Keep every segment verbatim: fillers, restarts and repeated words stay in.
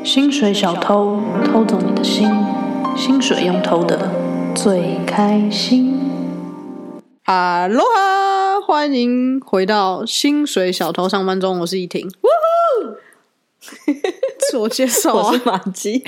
薪水小偷偷走你的心，薪水用偷的最开心。哈喽哈，欢迎回到薪水小偷上班中，我是依婷。呜呼，自我介绍啊， 我是马基。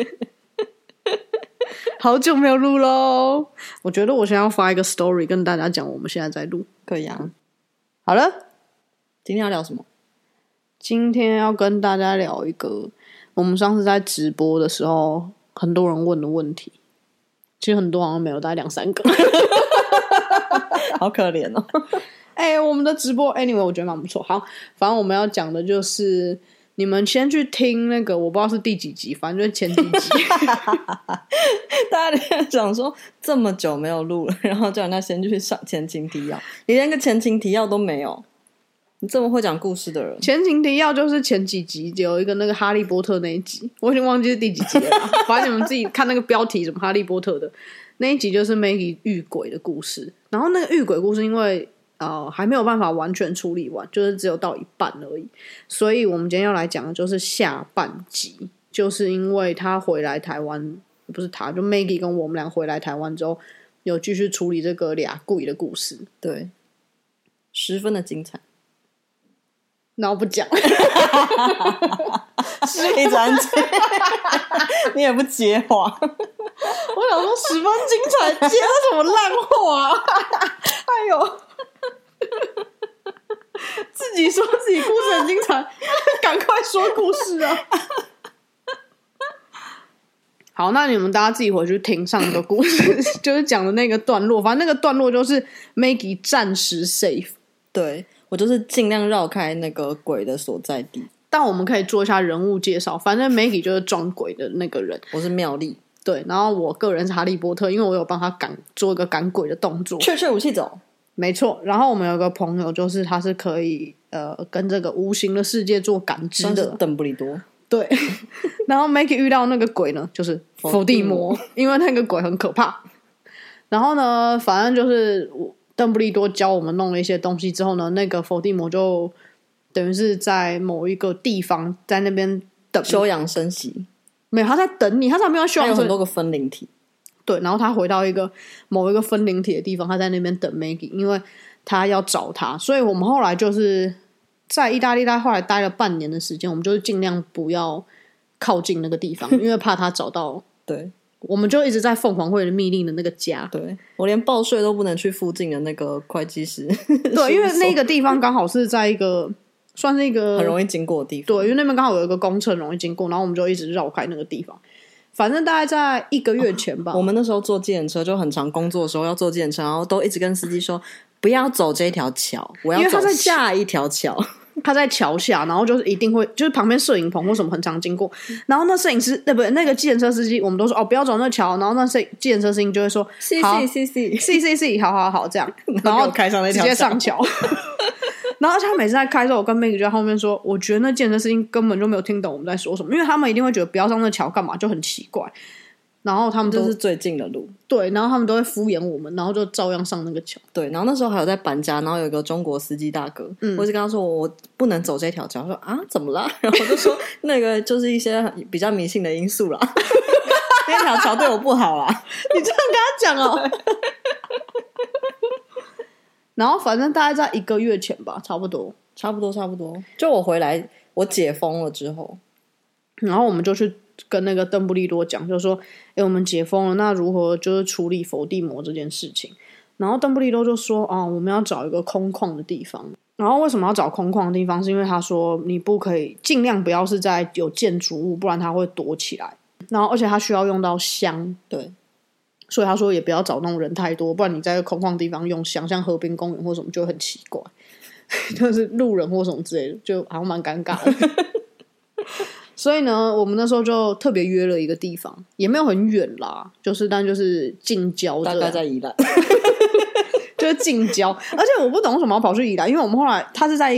好久没有录喽，我觉得我想要发一个 story 跟大家讲，我们现在在录。 可以啊。 好了， 今天要聊什么？ 今天要跟大家聊一个我们上次在直播的时候很多人问的问题，其实很多好像没有，大概两三个。 好可怜哦。 哎、欸，我们的直播 anyway 我觉得蛮不错。好，反正我们要讲的就是你们先去听那个，我不知道是第几集，反正就是前几集。 大家在讲说这么久没有录了，然后叫人家先去上前情提要，你连个前情提要都没有。你这么会讲故事的人， 前情提要就是前几集有一个那个哈利波特那一集，我已经忘记是第几集了啦。反正你们自己看那个标题，什么哈利波特的那一集就是 Maggie 遇鬼的故事。然后那个遇鬼故事因为呃还没有办法完全处理完，就是只有到一半而已，所以我们今天要来讲的就是下半集，就是因为他回来台湾，不是他，就 Maggie 跟我们俩回来台湾之后，有继续处理这个俩鬼的故事， 对，十分的精彩。 那我不讲， 一直安静，你也不接话。 我想说十分精彩，接了什么烂话、啊？哎呦，自己说自己故事很精彩，赶快说故事啊！好，那你们大家自己回去听上一个故事，就是讲的那个段落。反正那个段落就是 Maggie 暂时 safe， 对。我就是尽量绕开那个鬼的所在地， 但我们可以做一下人物介绍。反正 Maggie 就是撞鬼的那个人， 我是妙丽， 对，然后我个人是哈利波特，因为我有帮他赶做一个赶鬼的动作， 雀雀武器走， 没错。然后我们有一个朋友，就是他是可以呃跟这个无形的世界做感知的， 邓布利多， 对。然后 Maggie 遇到那个鬼呢，就是伏地魔，因为那个鬼很可怕。然后呢，反正就是我。邓布利多教我们弄了一些东西之后呢，那个伏地魔就等于是在某一个地方在那边等休养生息， 没有，他在等你，他上面要休养生息， 他有很多个分灵体， 对，然后他回到一个某一个分灵体的地方，他在那边等 Maggie， 因为他要找他，所以我们后来就是在意大利，他后来待了半年的时间，我们就是尽量不要靠近那个地方，因为怕他找到， 对。 我们就一直在凤凰会的密令的那个家， 对，我连报税都不能去附近的那个会计师， 对，因为那个地方刚好是在一个算是一个很容易经过的地方， 对，因为那边刚好有一个公厕容易经过，然后我们就一直绕开那个地方。反正大概在一个月前吧， 哦、我们那时候坐计程车就很常工作的时候要坐计程车，然后都一直跟司机说不要走这条桥，我要走下一条桥。 他在桥下，然后就是一定会，就是旁边摄影棚或什么很常经过，然后那摄影师，对不对？那个计程车司机，我们都说哦，不要走那桥，然后那摄计程车司机就会说， 好 ，C C C C C C， 好好好，这样，然后开上那条直接上桥。然后而且他每次在开的时候，我跟 Maggie 就在后面说，我觉得那计程车司机根本就没有听懂我们在说什么，因为他们一定会觉得不要上那桥干嘛，就很奇怪。然后他们都这是最近的路， 对，然后他们都会敷衍我们，然后就照样上那个桥。 对，然后那时候还有在搬家，然后有一个中国司机大哥，嗯、我一直跟他说我不能走这条桥，他说啊怎么啦？然后我就说那个就是一些比较迷信的因素啦，那条桥对我不好啦。 你这样跟他讲哦。然后反正大概在一个月前吧，差不多， 差不多，差不多。就我回来，我解封了之后， 然后我们就去。跟那个邓布利多讲，就是说，哎，我们解封了，那如何就是处理伏地魔这件事情？然后邓布利多就说，啊、哦，我们要找一个空旷的地方。然后为什么要找空旷的地方？是因为他说你不可以尽量不要是在有建筑物，不然它会躲起来。然后而且他需要用到香， 对， 所以他说也不要找那种人太多，不然你在空旷地方用香，像河滨公园或什么就会很奇怪，就是路人或什么之类的，就好像蛮尴尬的。所以呢，我们那时候就特别约了一个地方，也没有很远啦，就是但就是近郊， 大概在宜兰， 就是近郊。而且我不懂为什么要跑去宜兰，因为我们后来他是在一个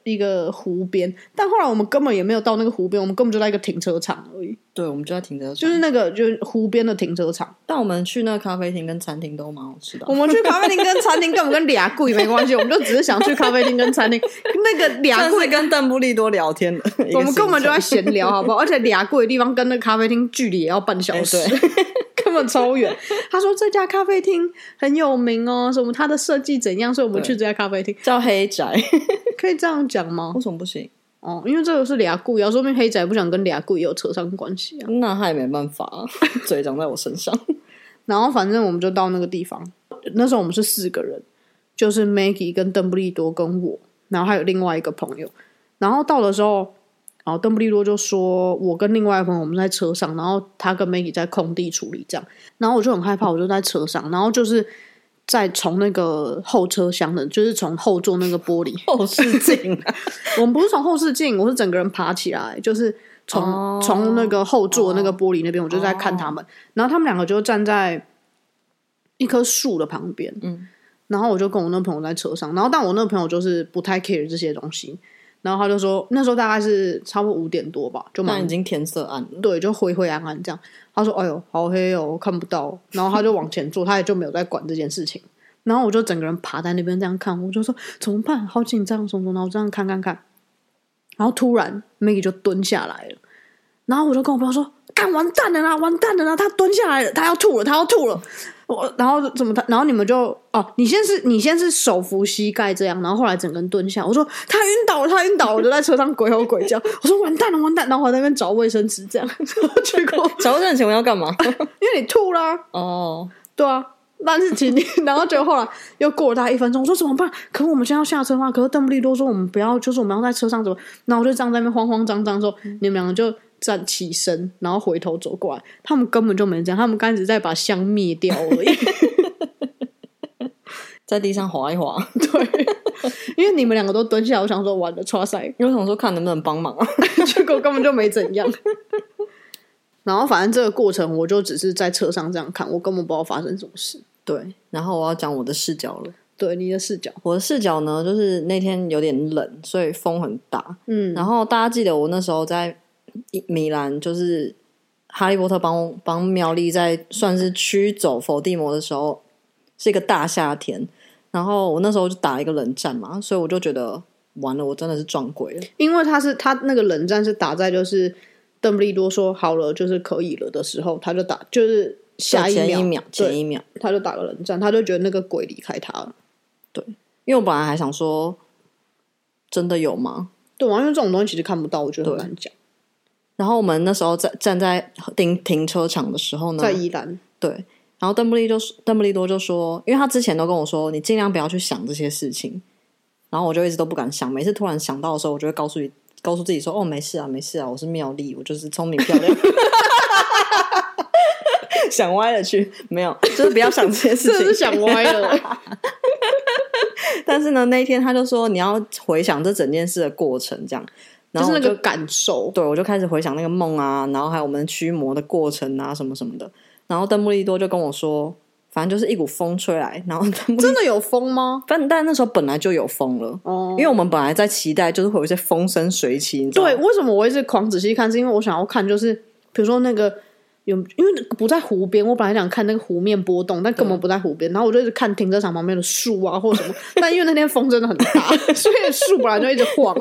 一个湖边，但后来我们根本也没有到那个湖边，我们根本就在一个停车场而已。 对，我们就在停车场， 就是那个就是湖边的停车场。 但我们去那个咖啡厅跟餐厅都蛮好吃的。 我们去咖啡厅跟餐厅根本跟俩贵没关系，我们就只是想去咖啡厅跟餐厅。那个俩贵跟邓布利多聊天的， 我们根本就在闲聊，好不好？而且俩贵的地方跟那个咖啡厅距离也要半小时。 欸根本超远。他说这家咖啡厅很有名哦，什么它的设计怎样，所以我们去这家咖啡厅叫黑宅。 可以这样讲吗？ 为什么不行？ 哦，因为这个是俩故，要说明黑仔不想跟俩故也有扯上关系啊。 那他也没办法、啊，嘴长在我身上。 然后反正我们就到那个地方，那时候我们是四个人，就是 Maggie 跟邓布利多跟我，然后还有另外一个朋友。然后到的时候，然后邓布利多就说我跟另外一个朋友我们在车上，然后他跟 Maggie 在空地处理这样。然后我就很害怕，我就在车上，然后就是再从那个后车厢的，就是从后座那个玻璃后视镜、啊， 我们不是从后视镜，我是整个人爬起来，就是从从、oh, 那个后座那个玻璃那边，我就在看他们。Oh. 然后他们两个就站在一棵树的旁边，嗯，然后我就跟我那个朋友在车上，然后但我那个朋友就是不太 care 这些东西。然后他就说，那时候大概是差不多五点多吧，就蛮已经天色暗了， 对，就灰灰暗暗这样。他说：“哎呦，好黑哦，我看不到。”然后他就往前坐，他也就没有在管这件事情。然后我就整个人爬在那边这样看，我就说怎么办？好紧张，什么什么。然后我这样看看看，然后突然 Maggie 就蹲下来了，然后我就跟我朋友说：“干完蛋了啦，完蛋了啦！他蹲下来了，他要吐了，他要吐了。”我然后怎么他？然后你们就哦，你先是你先是手扶膝盖这样，然后后来整个人蹲下。我说他晕倒了，他晕倒了，我就在车上鬼吼鬼叫。我说完蛋了，完蛋！然后我在那边找卫生纸这样，结果找卫生纸请问要干嘛？ 因为你吐啦。 哦， 对啊。但是请你，然后结果后来又过了大概一分钟，我说怎么办？可是我们现在要下车吗？可是邓布利多说我们不要，就是我们要在车上怎么？然后我就这样在那边慌慌张张说，你们两个就站起身，然后回头走过来。他们根本就没这样，他们刚只在把香灭掉而已， 在地上滑一滑。 对，因为你们两个都蹲下来，我想说完了，唰塞， 因为我想说看能不能帮忙啊， 结果根本就没怎样。然后反正这个过程，我就只是在车上这样看，我根本不知道发生什么事。 对，然后我要讲我的视角了。 对，你的视角， 我的视角呢，就是那天有点冷，所以风很大。嗯，然后大家记得我那时候在米兰，就是哈利波特帮帮妙丽在算是驱走伏地魔的时候，是一个大夏天。然后我那时候就打一个冷战嘛，所以我就觉得完了，我真的是撞鬼了。 因为他是他那个冷战是打在就是邓布利多说好了就是可以了的时候，他就打就是下一秒前一秒前一秒他就打个冷战，他就觉得那个鬼离开他了。 对，因为我本来还想说真的有吗？ 对，因为这种东西其实看不到，我觉得很难讲。 然后我们那时候在站在停停车场的时候呢， 在宜兰， 对，然后邓布利就邓布利多就说，因为他之前都跟我说你尽量不要去想这些事情，然后我就一直都不敢想，每次突然想到的时候，我就会告诉你告诉自己说，哦，没事啊没事啊，我是妙丽，我就是聪明漂亮。想歪了去，没有，就是不要想这些事情， 真的是想歪了。 但是呢，那一天他就说你要回想这整件事的过程，这样，然后就是那个感受。 对，我就开始回想那个梦啊，然后还有我们驱魔的过程啊，什么什么的。然后邓布利多就跟我说，反正就是一股风吹来，然后真的有风吗？ 反正但那时候本来就有风了，哦，因为我们本来在期待就是会有一些风生水起，你知道吗？ 对，为什么我一直狂仔细看？是因为我想要看，就是比如说那个。有，因为不在湖边，我本来想看那个湖面波动，但根本不在湖边。然后我就一直看停车场旁边的树啊，或者什么。但因为那天风真的很大，所以树本来就一直晃。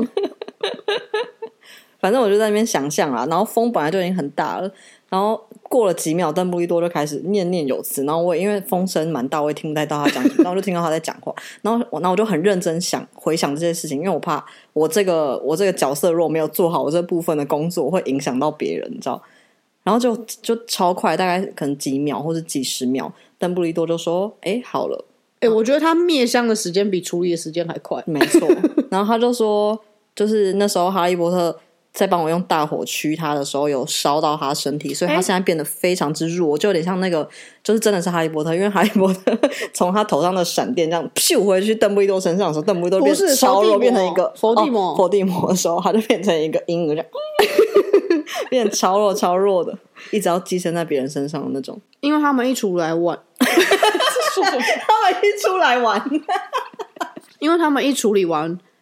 反正我就在那边想象啊，然后风本来就已经很大了。然后过了几秒，邓布利多就开始念念有词。然后我也因为风声蛮大，我也听不太到他讲什么，然后我就听到他在讲话。然后我，然后我就很认真想回想这些事情，因为我怕我这个我这个角色如果没有做好我这部分的工作，会影响到别人，你知道。然后就就超快，大概可能几秒或者几十秒，邓布利多就说：“哎，好了。” 哎，我觉得他灭香的时间比处理的时间还快。 没错。然后他就说，就是那时候哈利波特在帮我用大火驱他的时候，有烧到他身体，所以他现在变得非常之弱，就有点像那个，就是真的是哈利波特，因为哈利波特从他头上的闪电这样咻回去邓布利多身上的时候，邓布利多变超弱，变成一个伏地魔。 伏地魔的时候，他就变成一个婴儿这样。变成超弱超弱的，一直要寄生在别人身上的那种。 因为他们一出来玩， 他们一出来玩， 因为他们一处理完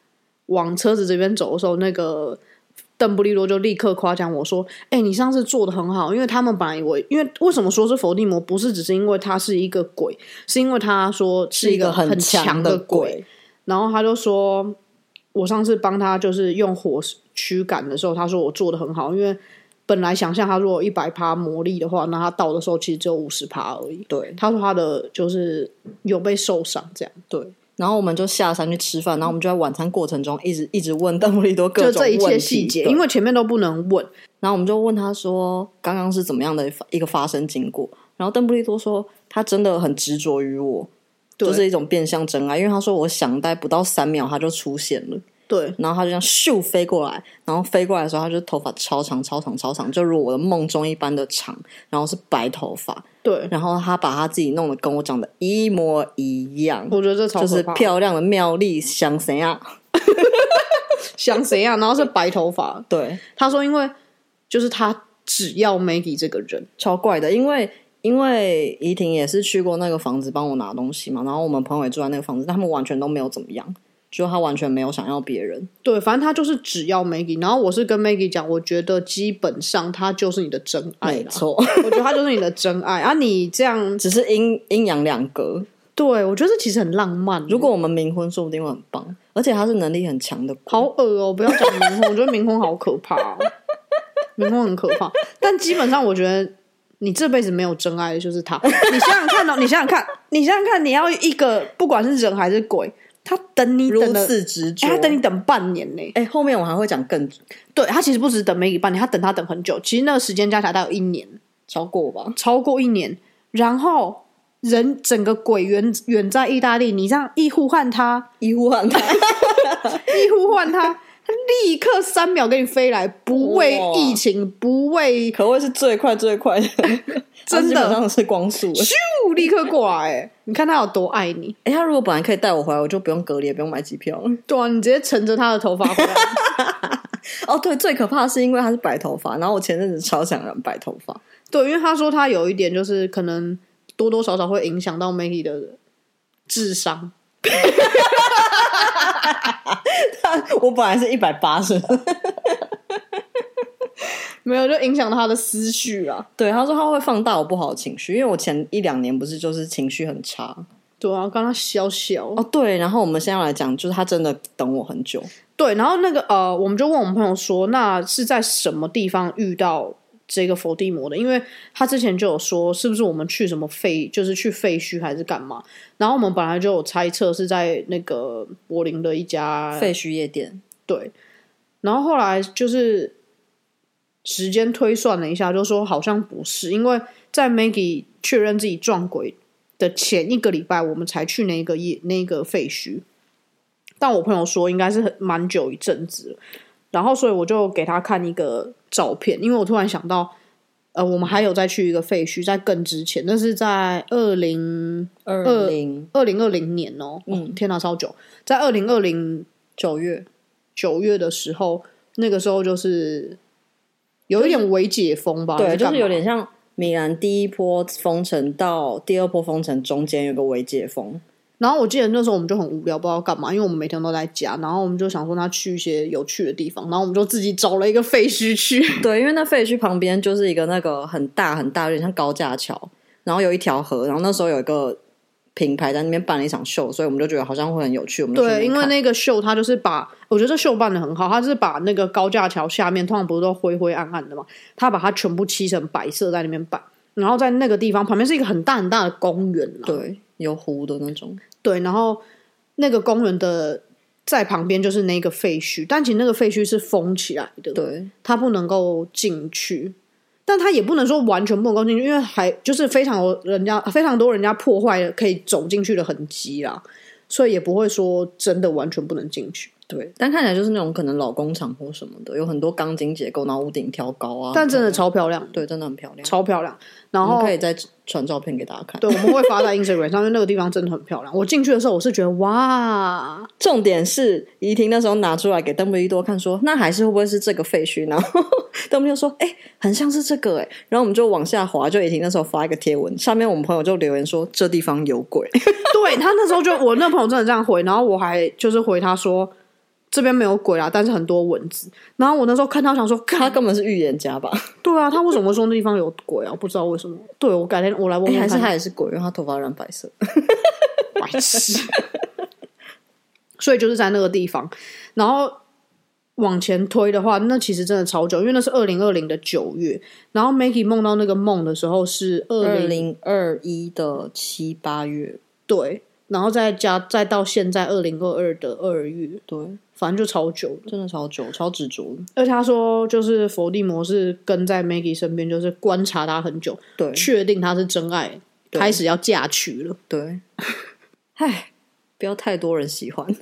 往车子这边走的时候，那个邓布利多就立刻夸奖我说：“哎、欸，你上次做的很好。”因为他们本来以为，因为为什么说是伏地魔，不是只是因为他是一个鬼，是因为他说是一个很强的鬼。然后他就说，我上次帮他就是用火驱赶的时候，他说我做的很好，因为本来想象他如果一百趴魔力的话，那他到的时候其实只有五十趴而已。 对， 他说他的就是有被受伤这样。 对。然后我们就下山去吃饭，然后我们就在晚餐过程中一直一直问邓布利多各种问题， 就这一切细节，因为前面都不能问。 然后我们就问他说刚刚是怎么样的一个发生经过，然后邓布利多说他真的很执着于我，就是一种变相真爱，因为他说我想待不到三秒他就出现了。对，然后他就这样咻飞过来，然后飞过来的时候他就头发超长超长超长，就如我的梦中一般的长，然后是白头发。对，然后他把他自己弄得跟我长得一模一样， 我觉得这超可怕， 就是漂亮的妙丽想谁啊想谁啊，然后是白头发。 对， 他说因为就是他只要 Maggie 这个人， 超怪的，因为因为怡婷也是去过那个房子帮我拿东西嘛，然后我们朋友也住在那个房子，但他们完全都没有怎么样，就他完全没有想要别人。对， 反正他就是只要 Maggie。然后我是跟 Maggie 讲，我觉得基本上他就是你的真爱啦， 没错， 我觉得他就是你的真爱啊！你这样只是阴阴阳两隔。 对，我觉得这其实很浪漫。 如果我们冥婚，说不定会很棒，而且他是能力很强的。 好恶哦！不要讲冥婚，我觉得冥婚好可怕哦，冥婚很可怕。但基本上，我觉得你这辈子没有真爱的就是他。你想想看哦，你想想看，你想想看，你要一个不管是人还是鬼。他等你等如此执着、 欸，他等你等半年呢、 欸。后面我还会讲更对，他其实不止等Maggie半年，他等他等很久。其实那个时间加起来大概有一年， 超过吧， 超过一年。然后人整个鬼远远在意大利，你这样一呼唤他， 一呼唤他， 一呼唤他，他立刻三秒给你飞来，不为疫情，不为， 可谓是最快最快的。 真的基本上是光速， 咻，立刻过来、欸！你看他有多爱你。 哎、欸，他如果本来可以带我回来，我就不用隔离，也不用买机票了。 对啊，你直接乘着他的头发回来。 哦，对，最可怕的是因为他是白头发，然后我前阵子超想染白头发。 对，因为他说他有一点就是可能多多少少会影响到 Maggie 的智商。 我本来是一百八十。 没有，就影响到他的思绪啦。 对，他说他会放大我不好的情绪，因为我前一两年不是就是情绪很差。 对啊，刚刚笑笑。 哦，对，然后我们现在来讲，就是他真的等我很久。 对，然后那个呃，我们就问我们朋友说，那是在什么地方遇到这个伏地魔的？因为他之前就有说，是不是我们去什么废，就是去废墟还是干嘛？然后我们本来就有猜测是在那个柏林的一家废墟夜店。 对，然后后来就是时间推算了一下，就说好像不是，因为在 Maggie 确认自己撞鬼的前一个礼拜，我们才去那个夜那个废墟。但我朋友说应该是很蛮久一阵子了，然后所以我就给他看一个照片，因为我突然想到，呃，我们还有再去一个废墟，在更之前，那是在二零二零二零二零年哦，嗯，哦、天哪，超久，在二零二零九月九月的时候，那个时候就是有一点微解封吧， 对，就是有点像米兰第一波封城到第二波封城中间有个微解封。 然后我记得那时候我们就很无聊，不知道干嘛，因为我们每天都在家，然后我们就想说他去一些有趣的地方，然后我们就自己找了一个废墟去。 对，因为那废墟旁边就是一个那个很大很大，有点像高架桥，然后有一条河，然后那时候有一个品牌在那边办了一场秀，所以我们就觉得好像会很有趣。我们就对，因为那个秀它就是把，我觉得这秀办得很好，它就是把那个高架桥下面通常不是都灰灰暗暗的嘛，它把它全部漆成白色在那边办，然后在那个地方旁边是一个很大很大的公园啦， 对，有湖的那种。 对，然后那个公园的在旁边就是那个废墟，但其实那个废墟是封起来的， 对， 它不能够进去，但它也不能说完全不能够进去，因为还就是非常有人家非常多人家破坏可以走进去的痕迹啦，所以也不会说真的完全不能进去。 对，但看起来就是那种可能老工厂或什么的，有很多钢筋结构，然后屋顶挑高啊， 但真的超漂亮， 对，真的很漂亮， 超漂亮。然后我们可以再传照片给大家看， 对，我们会发在 Instagram 上面，那个地方真的很漂亮。我进去的时候，我是觉得哇， 重点是怡婷那时候拿出来给邓布利多看说，那还是会不会是这个废墟？然后邓布利多说，哎、欸，很像是这个哎、欸。然后我们就往下滑，就怡婷那时候发一个贴文，下面我们朋友就留言说，这地方有鬼。 对，他那时候就我那朋友真的这样回，然后我还就是回他说， 这边没有鬼啦，但是很多蚊子。然后我那时候看到想说， 他根本是预言家吧？ 对啊，他为什么说那地方有鬼啊？不知道为什么。对，我改天我来问问看。 还是他也是鬼，因为他头发染白色。 白痴。所以就是在那个地方，然后往前推的话，那其实真的超久，因为那是二零二零的九月，然后 Maggie 梦到那个梦的时候是二零二一的七八月， 对，然后再加再到现在二零二二的二月， 对， 反正就超久了， 真的超久，超执着。 而且他说，就是伏地魔是跟在 Maggie 身边，就是观察他很久， 对， 确定他是真爱，开始要嫁娶了。 对，唉，不要太多人喜欢。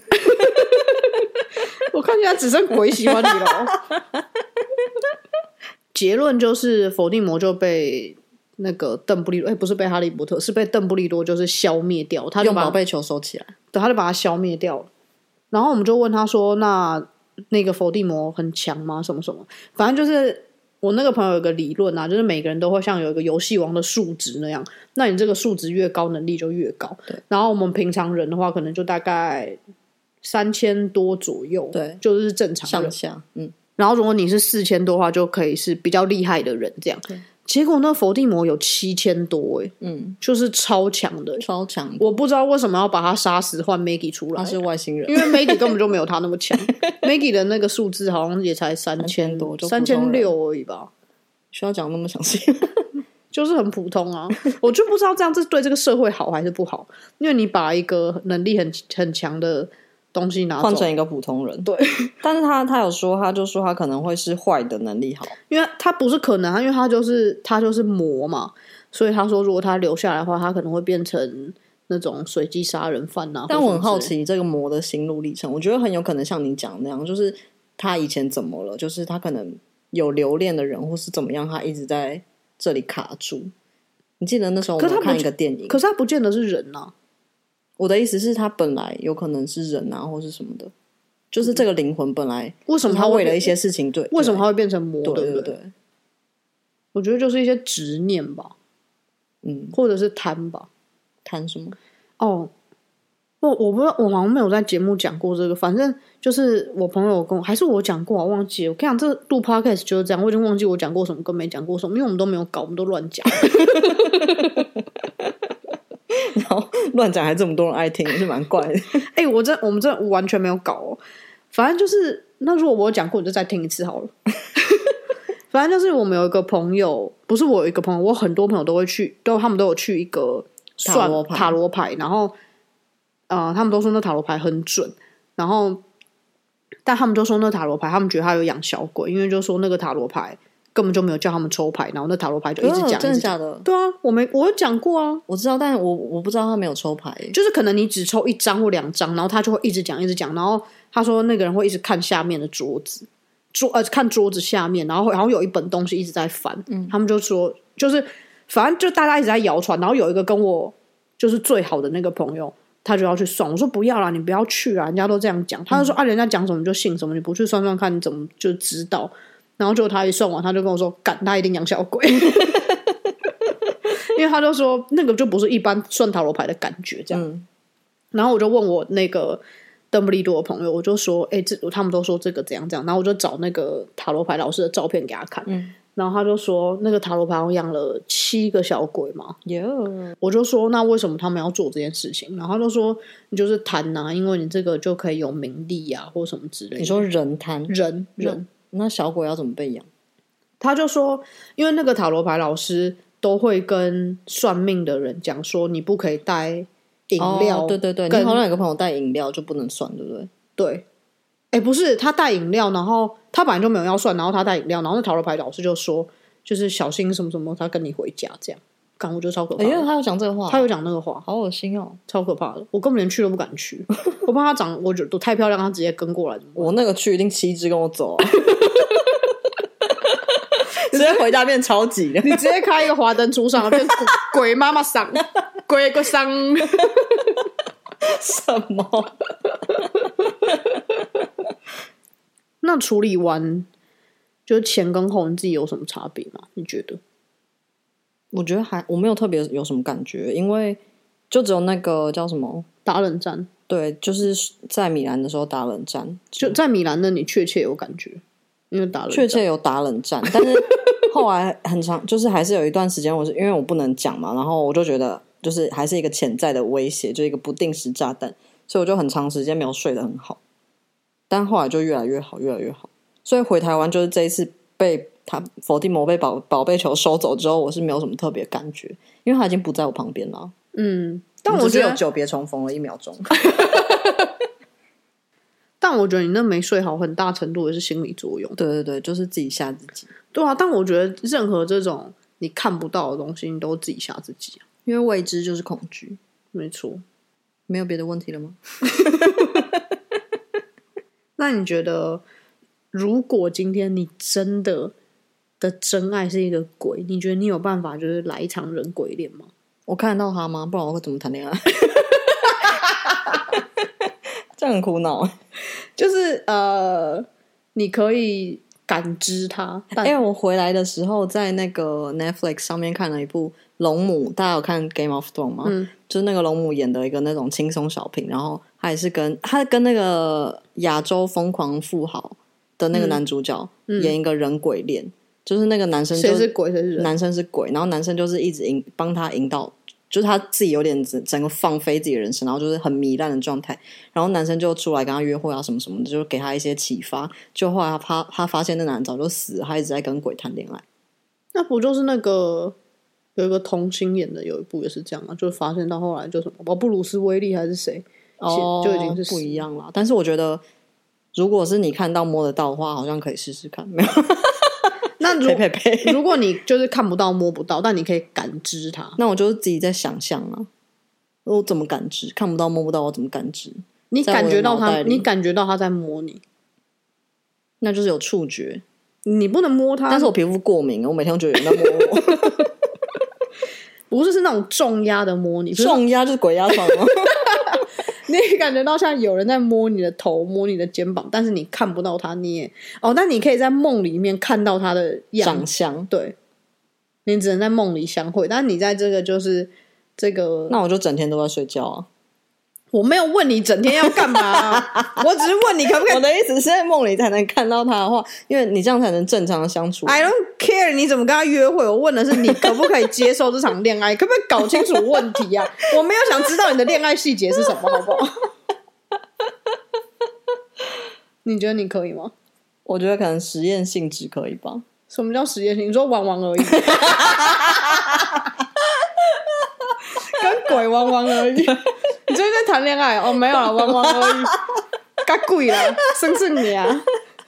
我看起来只剩鬼喜欢你了。结论就是伏地魔就被那个邓布利多，哎、欸，不是被哈利波特，是被邓布利多就是消灭掉，他就把用宝贝球收起来， 对，他就把他消灭掉了。然后我们就问他说：“那那个伏地魔很强吗？什么什么？反正就是我那个朋友有个理论啊，就是每个人都会像有一个游戏王的数值那样，那你这个数值越高，能力就越高。 对， 然后我们平常人的话，可能就大概三千多左右， 对， 就是正常上下，嗯。 然后如果你是四千多的话，就可以是比较厉害的人这样。结果那伏地魔有七千多，哎，嗯，就是超强的， 超强。 我不知道为什么要把他杀死换 Maggie 出来， 他是外星人， 因为 Maggie 根本就没有他那么强。Maggie 的那个数字好像也才三千多，三千六而已吧。 需要讲那么详细？ 就是很普通啊，我就不知道这样这对这个社会好还是不好。因为你把一个能力很很强的东西拿走换成一个普通人， 对。 但是他他有说，他就说他可能会是坏的能力好， 因为他不是可能，因为他就是他就是魔嘛，所以他说如果他留下来的话，他可能会变成那种随机杀人犯啊。 但我很好奇这个魔的心路历程，我觉得很有可能像你讲那样，就是他以前怎么了，就是他可能有留恋的人，或是怎么样，他一直在这里卡住。你记得那时候我们看一个电影， 可是他不见得是人啊。 我的意思是，他本来有可能是人啊，或是什么的，就是这个灵魂本来为什么他为了一些事情，对， 为什么他会变成魔？ 对对不对对， 我觉得就是一些执念吧， 嗯， 或者是贪吧。 贪什么？ 哦，我我不知道，我好像没有在节目讲过这个。反正就是我朋友跟我，还是我讲过，我忘记了。我跟你讲，这录 podcast 就是这样，我已经忘记我讲过什么跟没讲过什么，因为我们都没有搞，我们都乱讲。 然后乱讲还这么多人爱听，也是蛮怪的。 哎、欸，我这我们这完全没有搞哦。反正就是，那如果我有讲过，你就再听一次好了。反正就是我们有一个朋友，不是我有一个朋友，我很多朋友都会去，都他们都有去一个算塔罗牌， 塔罗牌然后呃，他们都说那塔罗牌很准，然后但他们就说那塔罗牌，他们觉得他有养小鬼，因为就说那个塔罗牌根本就没有叫他们抽牌，然后那塔罗牌就一直讲、 哦，真的假的？ 对啊，我没我有讲过啊， 我知道，但我我不知道他没有抽牌， 就是可能你只抽一张或两张，然后他就会一直讲一直讲，然后他说那个人会一直看下面的桌子，桌呃看桌子下面，然后然后有一本东西一直在翻，嗯，他们就说就是反正就大家一直在谣传，然后有一个跟我就是最好的那个朋友，他就要去算，我说不要啦，你不要去啊，人家都这样讲，他就说、嗯、啊，人家讲什么就信什么，你不去算算看，你怎么就知道？然后结果他一算完，他就跟我说：“干，他一定养小鬼。”因为他就说那个就不是一般算塔罗牌的感觉这样。嗯、然后我就问我那个邓布利多的朋友，我就说：“哎、欸，这他们都说这个怎样怎样。”然后我就找那个塔罗牌老师的照片给他看。嗯、然后他就说：“那个塔罗牌我养了七个小鬼嘛。” Yeah. 我就说：“那为什么他们要做这件事情？”然后他就说：“你就是贪呐、啊，因为你这个就可以有名利啊，或什么之类的。” 你说人贪人人。 那小鬼要怎么被养？ 他就说，因为那个塔罗牌老师都会跟算命的人讲说，你不可以带饮料、 哦。对对对，你好像有个朋友带饮料就不能算，对不对？ 对，哎，不是他带饮料，然后他本来就没有要算，然后他带饮料，然后那塔罗牌老师就说，就是小心什么什么，他跟你回家这样。干，我觉得超可怕的。 哎呀，他有讲这个话， 他有讲那个话， 好恶心哦， 超可怕的。我根本连去都不敢去，我怕他长，我觉得太漂亮，他直接跟过来。 我那个去一定七只跟我走、啊。直接回家变超级的， 你直接开一个华灯初上，变鬼妈妈桑，鬼个桑， 什么？ 那处理完，就是前跟后，你自己有什么差别吗？你觉得？ 我觉得还我没有特别有什么感觉，因为就只有那个叫什么打冷战， 对，就是在米兰的时候打冷战， 就在米兰那你确切有感觉，因为打冷战确切有打冷战，但是后来很长，就是还是有一段时间，我是因为我不能讲嘛，然后我就觉得就是还是一个潜在的威胁，就是一个不定时炸弹，所以我就很长时间没有睡得很好。但后来就越来越好，越来越好。所以回台湾就是这一次被他伏地魔被宝宝贝球收走之后，我是没有什么特别感觉，因为他已经不在我旁边了。 嗯，但我觉得有久别重逢了一秒钟。 但我觉得你那没睡好，很大程度也是心理作用。 对对对，就是自己吓自己。 对啊，但我觉得任何这种你看不到的东西，你都自己吓自己啊。 因为未知就是恐惧。 没错。 没有别的问题了吗？ 那你觉得，如果今天你真的的真爱是一个鬼，你觉得你有办法就是来一场人鬼恋吗？ 我看得到他吗？不然我会怎么谈恋爱？这样很苦恼。 就是呃，你可以感知他。 哎、欸，我回来的时候在那个 Netflix 上面看了一部龙母，大家有看 Game of Thrones 吗？嗯，就是那个龙母演的一个那种轻松小品，然后他也是跟他跟那个亚洲疯狂富豪的那个男主角、嗯、演一个人鬼恋、嗯，就是那个男生谁是鬼谁是人， 男生是鬼，然后男生就是一直引帮他引导。就是他自己有点整个放飞自己的人生，然后就是很糜烂的状态，然后男生就出来跟他约会啊什么什么的，就给他一些启发。就后来他他发现那男人早就死了，他一直在跟鬼谈恋爱。 那不就是那个有一个童星演的有一部也是这样啊，就发现到后来就什么布鲁斯威利还是谁哦，就已经是不一样了。但是我觉得如果是你看到摸得到的话，好像可以试试看。没有。 那如, 呸呸呸如果你就是看不到摸不到，但你可以感知它， 那我就是自己在想象啊，我怎么感知？看不到摸不到，我怎么感知？ 你感觉到他，你感觉到他在摸你， 那就是有触觉。 你不能摸他， 但是我皮肤过敏，我每天都觉得有人在摸我。 不是是那种重压的摸你， 重压就是鬼压床吗？ 你感觉到像有人在摸你的头，摸你的肩膀，但是你看不到他，你也哦，但你可以在梦里面看到他的样长相。对， 你只能在梦里相会，但是你在这个就是这个， 那我就整天都在睡觉啊。 我没有问你整天要干嘛、啊，我只是问你可不可以。 我的意思是在梦里才能看到他的话，因为你这样才能正常的相处。 I don't care 你怎么跟他约会，我问的是你可不可以接受这场恋爱，可不可以搞清楚问题啊？我没有想知道你的恋爱细节是什么，好不好？你觉得你可以吗？ 我觉得可能实验性质可以吧。 什么叫实验性？你说玩玩而已。跟鬼玩玩而已。你最近在谈恋爱哦？没有啦，玩玩而已。该贵啦，生生你啊！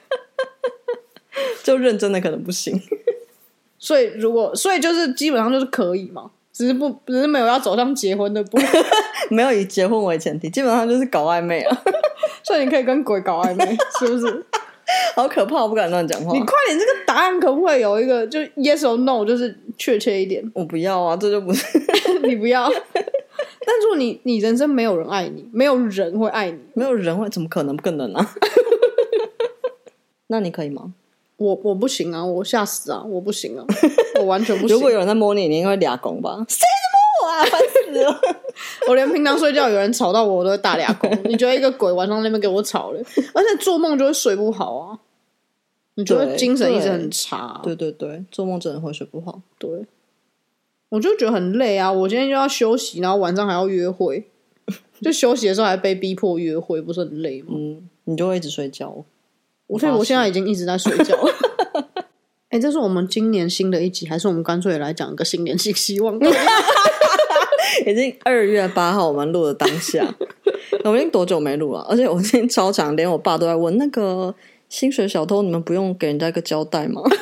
就认真的可能不行。 所以如果，所以就是基本上就是可以嘛，只是不，只是没有要走向结婚的步， 没有以结婚为前提，基本上就是搞暧昧啊。 所以你可以跟鬼搞暧昧，是不是？ 好可怕，我不敢乱讲话。 你快点，这个答案可不可以有一个就 yes or no， 就是确切一点？ 我不要啊，这就不是。 你不要。但如果你你人生没有人爱你，没有人会爱你， 没有人会，怎么可能？不可能啊！那你可以吗？ 我我不行啊，我吓死啊，我不行啊，我完全不行。 如果有人在摸你，你应该会俩拱吧？谁在摸我啊？烦死了！ 我连平常睡觉有人吵到我，我都会大俩拱。你觉得一个鬼晚上那边给我吵了，而且做梦就会睡不好啊，你觉得精神一直很差、啊。 对对对，做梦真的会睡不好。 对。我就觉得很累啊！我今天就要休息，然后晚上还要约会，就休息的时候还被逼迫约会，不是很累吗？ 嗯，你就会一直睡觉。 我所以我现在已经一直在睡觉。哎、欸，这是我们今年新的一集，还是我们干脆来讲一个新年新希望？ 已经二月八号，我们录的当下，我们已经多久没录了？而且我今天超长，连我爸都在问那个薪水小偷，你们不用给人家一个交代吗？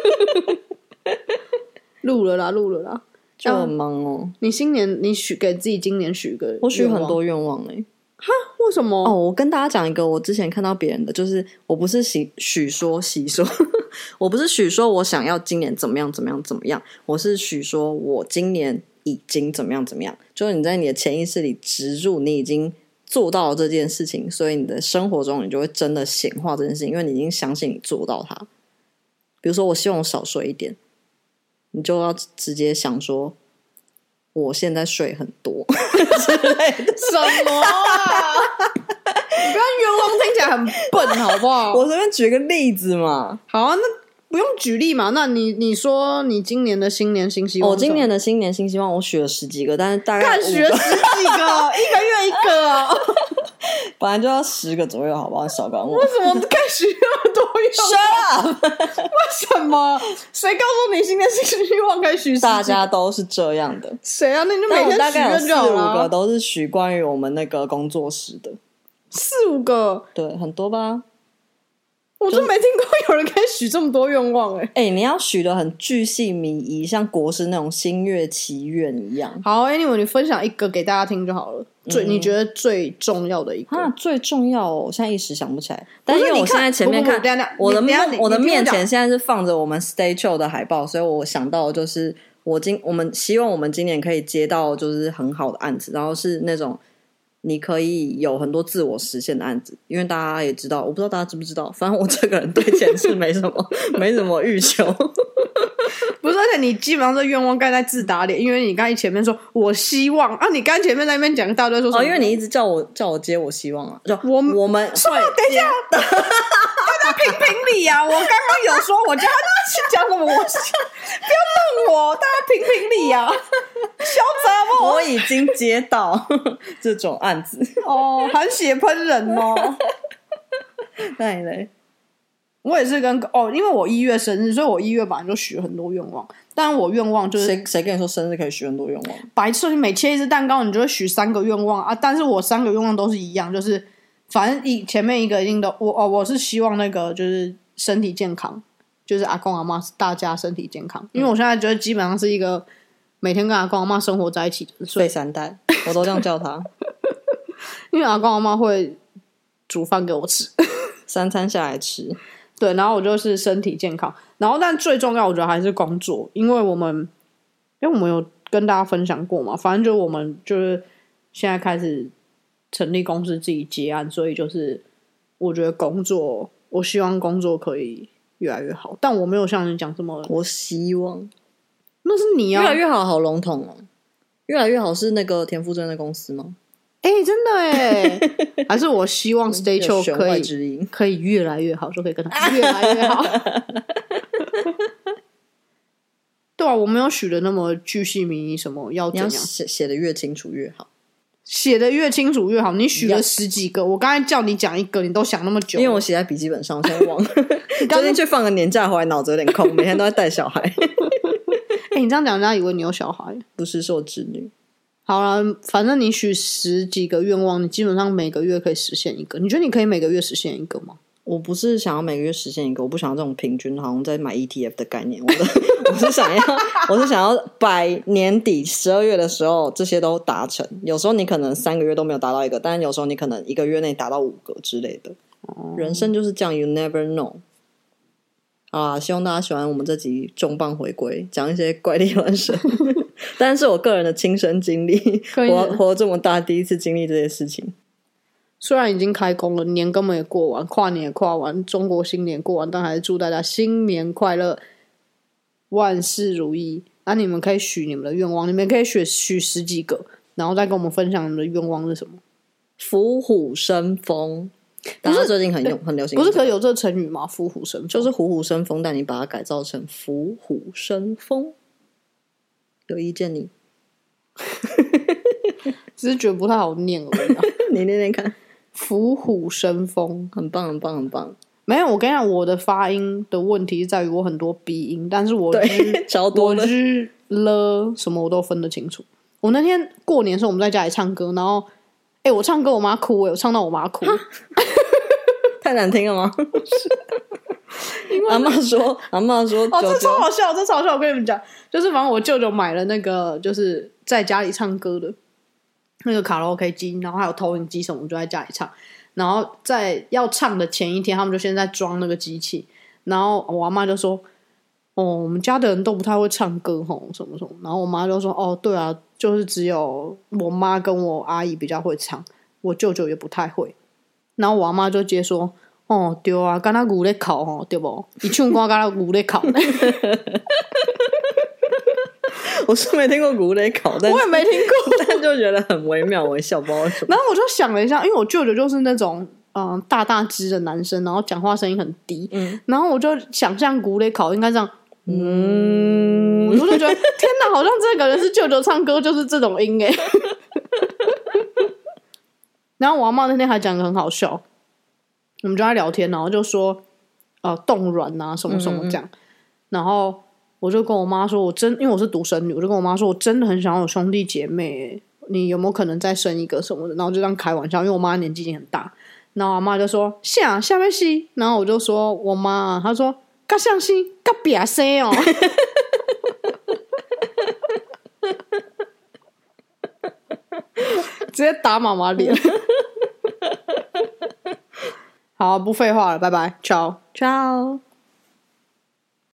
录了啦，录了啦。 就很忙哦。 你新年你许给自己今年许个， 我许很多愿望哎、欸。 哈？为什么？ 哦，我跟大家讲一个，我之前看到别人的，就是我不是许许说喜说，我不是许说我想要今年怎么样怎么样怎么样，我是许说我今年已经怎么样怎么样，就是你在你的潜意识里植入你已经做到了这件事情，所以你的生活中你就会真的显化这件事情，因为你已经相信你做到它。比如说我希望我少睡一点，你就要直接想说我现在睡很多之类的。 什么啊？你不要愿望听起来很笨好不好？ 我随便举个例子嘛。 好啊，那不用举例嘛。那你你说你今年的新年新希望？ 我、哦、今年的新年新希望我许了十几个，但是大概看许了十几个，一个月一个啊。 本来就要十个左右，好不好？少管我。 为什么可以许那么多愿望？ Shut up！ 为什么？谁告诉你新年新希望可以许？ 大家都是这样的。 谁啊？那你就每天许愿就好了。 四五个都是许关于我们那个工作室的。 四五个， 对，很多吧？ 我真没听过有人可以许这么多愿望哎、欸！ 哎、欸，你要许的很巨细靡遗，像国师那种新月祈愿一样。 好 ，anyway， 你分享一个给大家听就好了。最、嗯、你觉得最重要的一个？ 啊，最重要哦！我现在一时想不起来。但是因为我现在前面看， 不不不我的我的面前现在是放着我们 Stay Chill 的海报，所以我想到的就是我今我们希望我们今年可以接到就是很好的案子，然后是那种。你可以有很多自我实现的案子，因为大家也知道，我不知道大家知不知道，反正我这个人对钱是没什么没什么欲求。 不是，而且你基本上这愿望盖在自打脸，因为你刚才前面说我希望啊，你刚才前面在那边讲一大堆说什么？ 哦，因为你一直叫我叫我接我希望啊，就我我们会等一下，大家评评理啊！我刚刚有说我叫他讲什么，我不要弄我，大家评评理啊！嚣张不？ 我已经接到这种案子哦，含血喷人哦。 那你嘞？ 我也是跟哦，因为我一月生日，所以我一月本来就许了很多愿望。但我愿望就是谁谁跟你说生日可以许很多愿望？ 白痴！你每切一只蛋糕，你就会许三个愿望啊。但是我三个愿望都是一样，就是反正一前面一个一定都我哦，我是希望那个就是身体健康，就是阿公阿嬷大家身体健康。因为我现在觉得基本上是一个每天跟阿公阿嬷生活在一起的睡三代，我都这样叫他。 因为阿公阿嬷会煮饭给我吃， 三餐下来吃。 对，然后我就是身体健康，然后但最重要我觉得还是工作，因为我们因为我们有跟大家分享过嘛，反正就我们就是现在开始成立公司自己接案，所以就是我觉得工作，我希望工作可以越来越好，但我没有像你讲这么， 我希望那是你啊， 越来越好，好笼统哦，越来越好是那个田馥甄的公司吗？ 哎、欸，真的哎，还是我希望 Stay Chill 可以可以越来越好，就可以跟他越来越好。对啊，我没有许的那么巨细靡遗，什么要怎样写写的越清楚越好， 写的越清楚越好。你许了十几个， yes. 我刚才叫你讲一个，你都想那么久， 因为我写在笔记本上，我现在忘了。最近去放个年假回来，脑子有点空，每天都在带小孩。 哎、欸，你这样讲，人家以为你有小孩， 不是，是我侄女。 好啦，反正你许十几个愿望，你基本上每个月可以实现一个。你觉得你可以每个月实现一个吗？ 我不是想要每个月实现一个，我不想要这种平均，好像在买 E T F 的概念。我的我是想要，我是想要百年底十二月的时候，这些都达成。有时候你可能三个月都没有达到一个，但是有时候你可能一个月内达到五个之类的。哦、人生就是这样 ，You never know。啊，希望大家喜欢我们这集重磅回归，讲一些怪力乱神。但是我个人的亲身经历，我活这么大第一次经历这些事情。 虽然已经开工了，年根本也过完，跨年也跨完，中国新年过完，但还是祝大家新年快乐，万事如意。那、啊、你们可以许你们的愿望，你们可以许许十几个，然后再跟我们分享你们的愿望是什么。 虎虎生风，大家最近很用很流行、 这個，不是可以有这个成语吗？虎虎生风就是虎虎生风，但你把它改造成虎虎生风。有意见你？ 只是觉得不太好念而已、啊。 你念念看， 虎虎生风， 很棒，很棒，很棒。 没有，我跟你讲，我的发音的问题在于我很多鼻音，但是我对超多的， 我日了什么我都分得清楚。我那天过年的时候，我们在家里唱歌，然后，哎、欸，我唱歌我妈哭、欸，我唱到我妈哭， 太难听了吗？阿嬷说，阿嬷说， 哦，这超好笑，这超好笑！我跟你们讲，就是反正我舅舅买了那个，就是在家里唱歌的那个卡拉 OK 机，然后还有投影机什么，我们就在家里唱。然后在要唱的前一天，他们就先在装那个机器。然后我阿嬷就说：“哦，我们家的人都不太会唱歌吼，什么什么。”然后我妈就说：“哦，对啊，就是只有我妈跟我阿姨比较会唱，我舅舅也不太会。”然后我阿嬷就接说。哦，对啊，敢若牛咧哭吼，对不？伊唱歌敢若牛咧哭。 我是没听过古雷考，但我也没听过， 但就觉得很惟妙惟肖，不知道为什么。 然后我就想了一下，因为我舅舅就是那种嗯、呃、大大只的男生，然后讲话声音很低，嗯，然后我就想象古雷考应该这样，嗯，我就觉得天哪，好像这个人是舅舅唱歌就是这种音哎。然后我阿嬷那天还讲得很好笑，我们就在聊天，然后就说呃冻卵啊什么什么这样，嗯嗯，然后我就跟我妈说，我真因为我是独生女，我就跟我妈说，我真的很想要有兄弟姐妹，你有没有可能再生一个什么的？然后就这样开玩笑，因为我妈年纪已经很大，然后我妈就说下下面西，然后我就说我妈，她说嘎像西嘎瘪生哦。直接打妈妈脸。好，不废话了，拜拜，ciao ciao。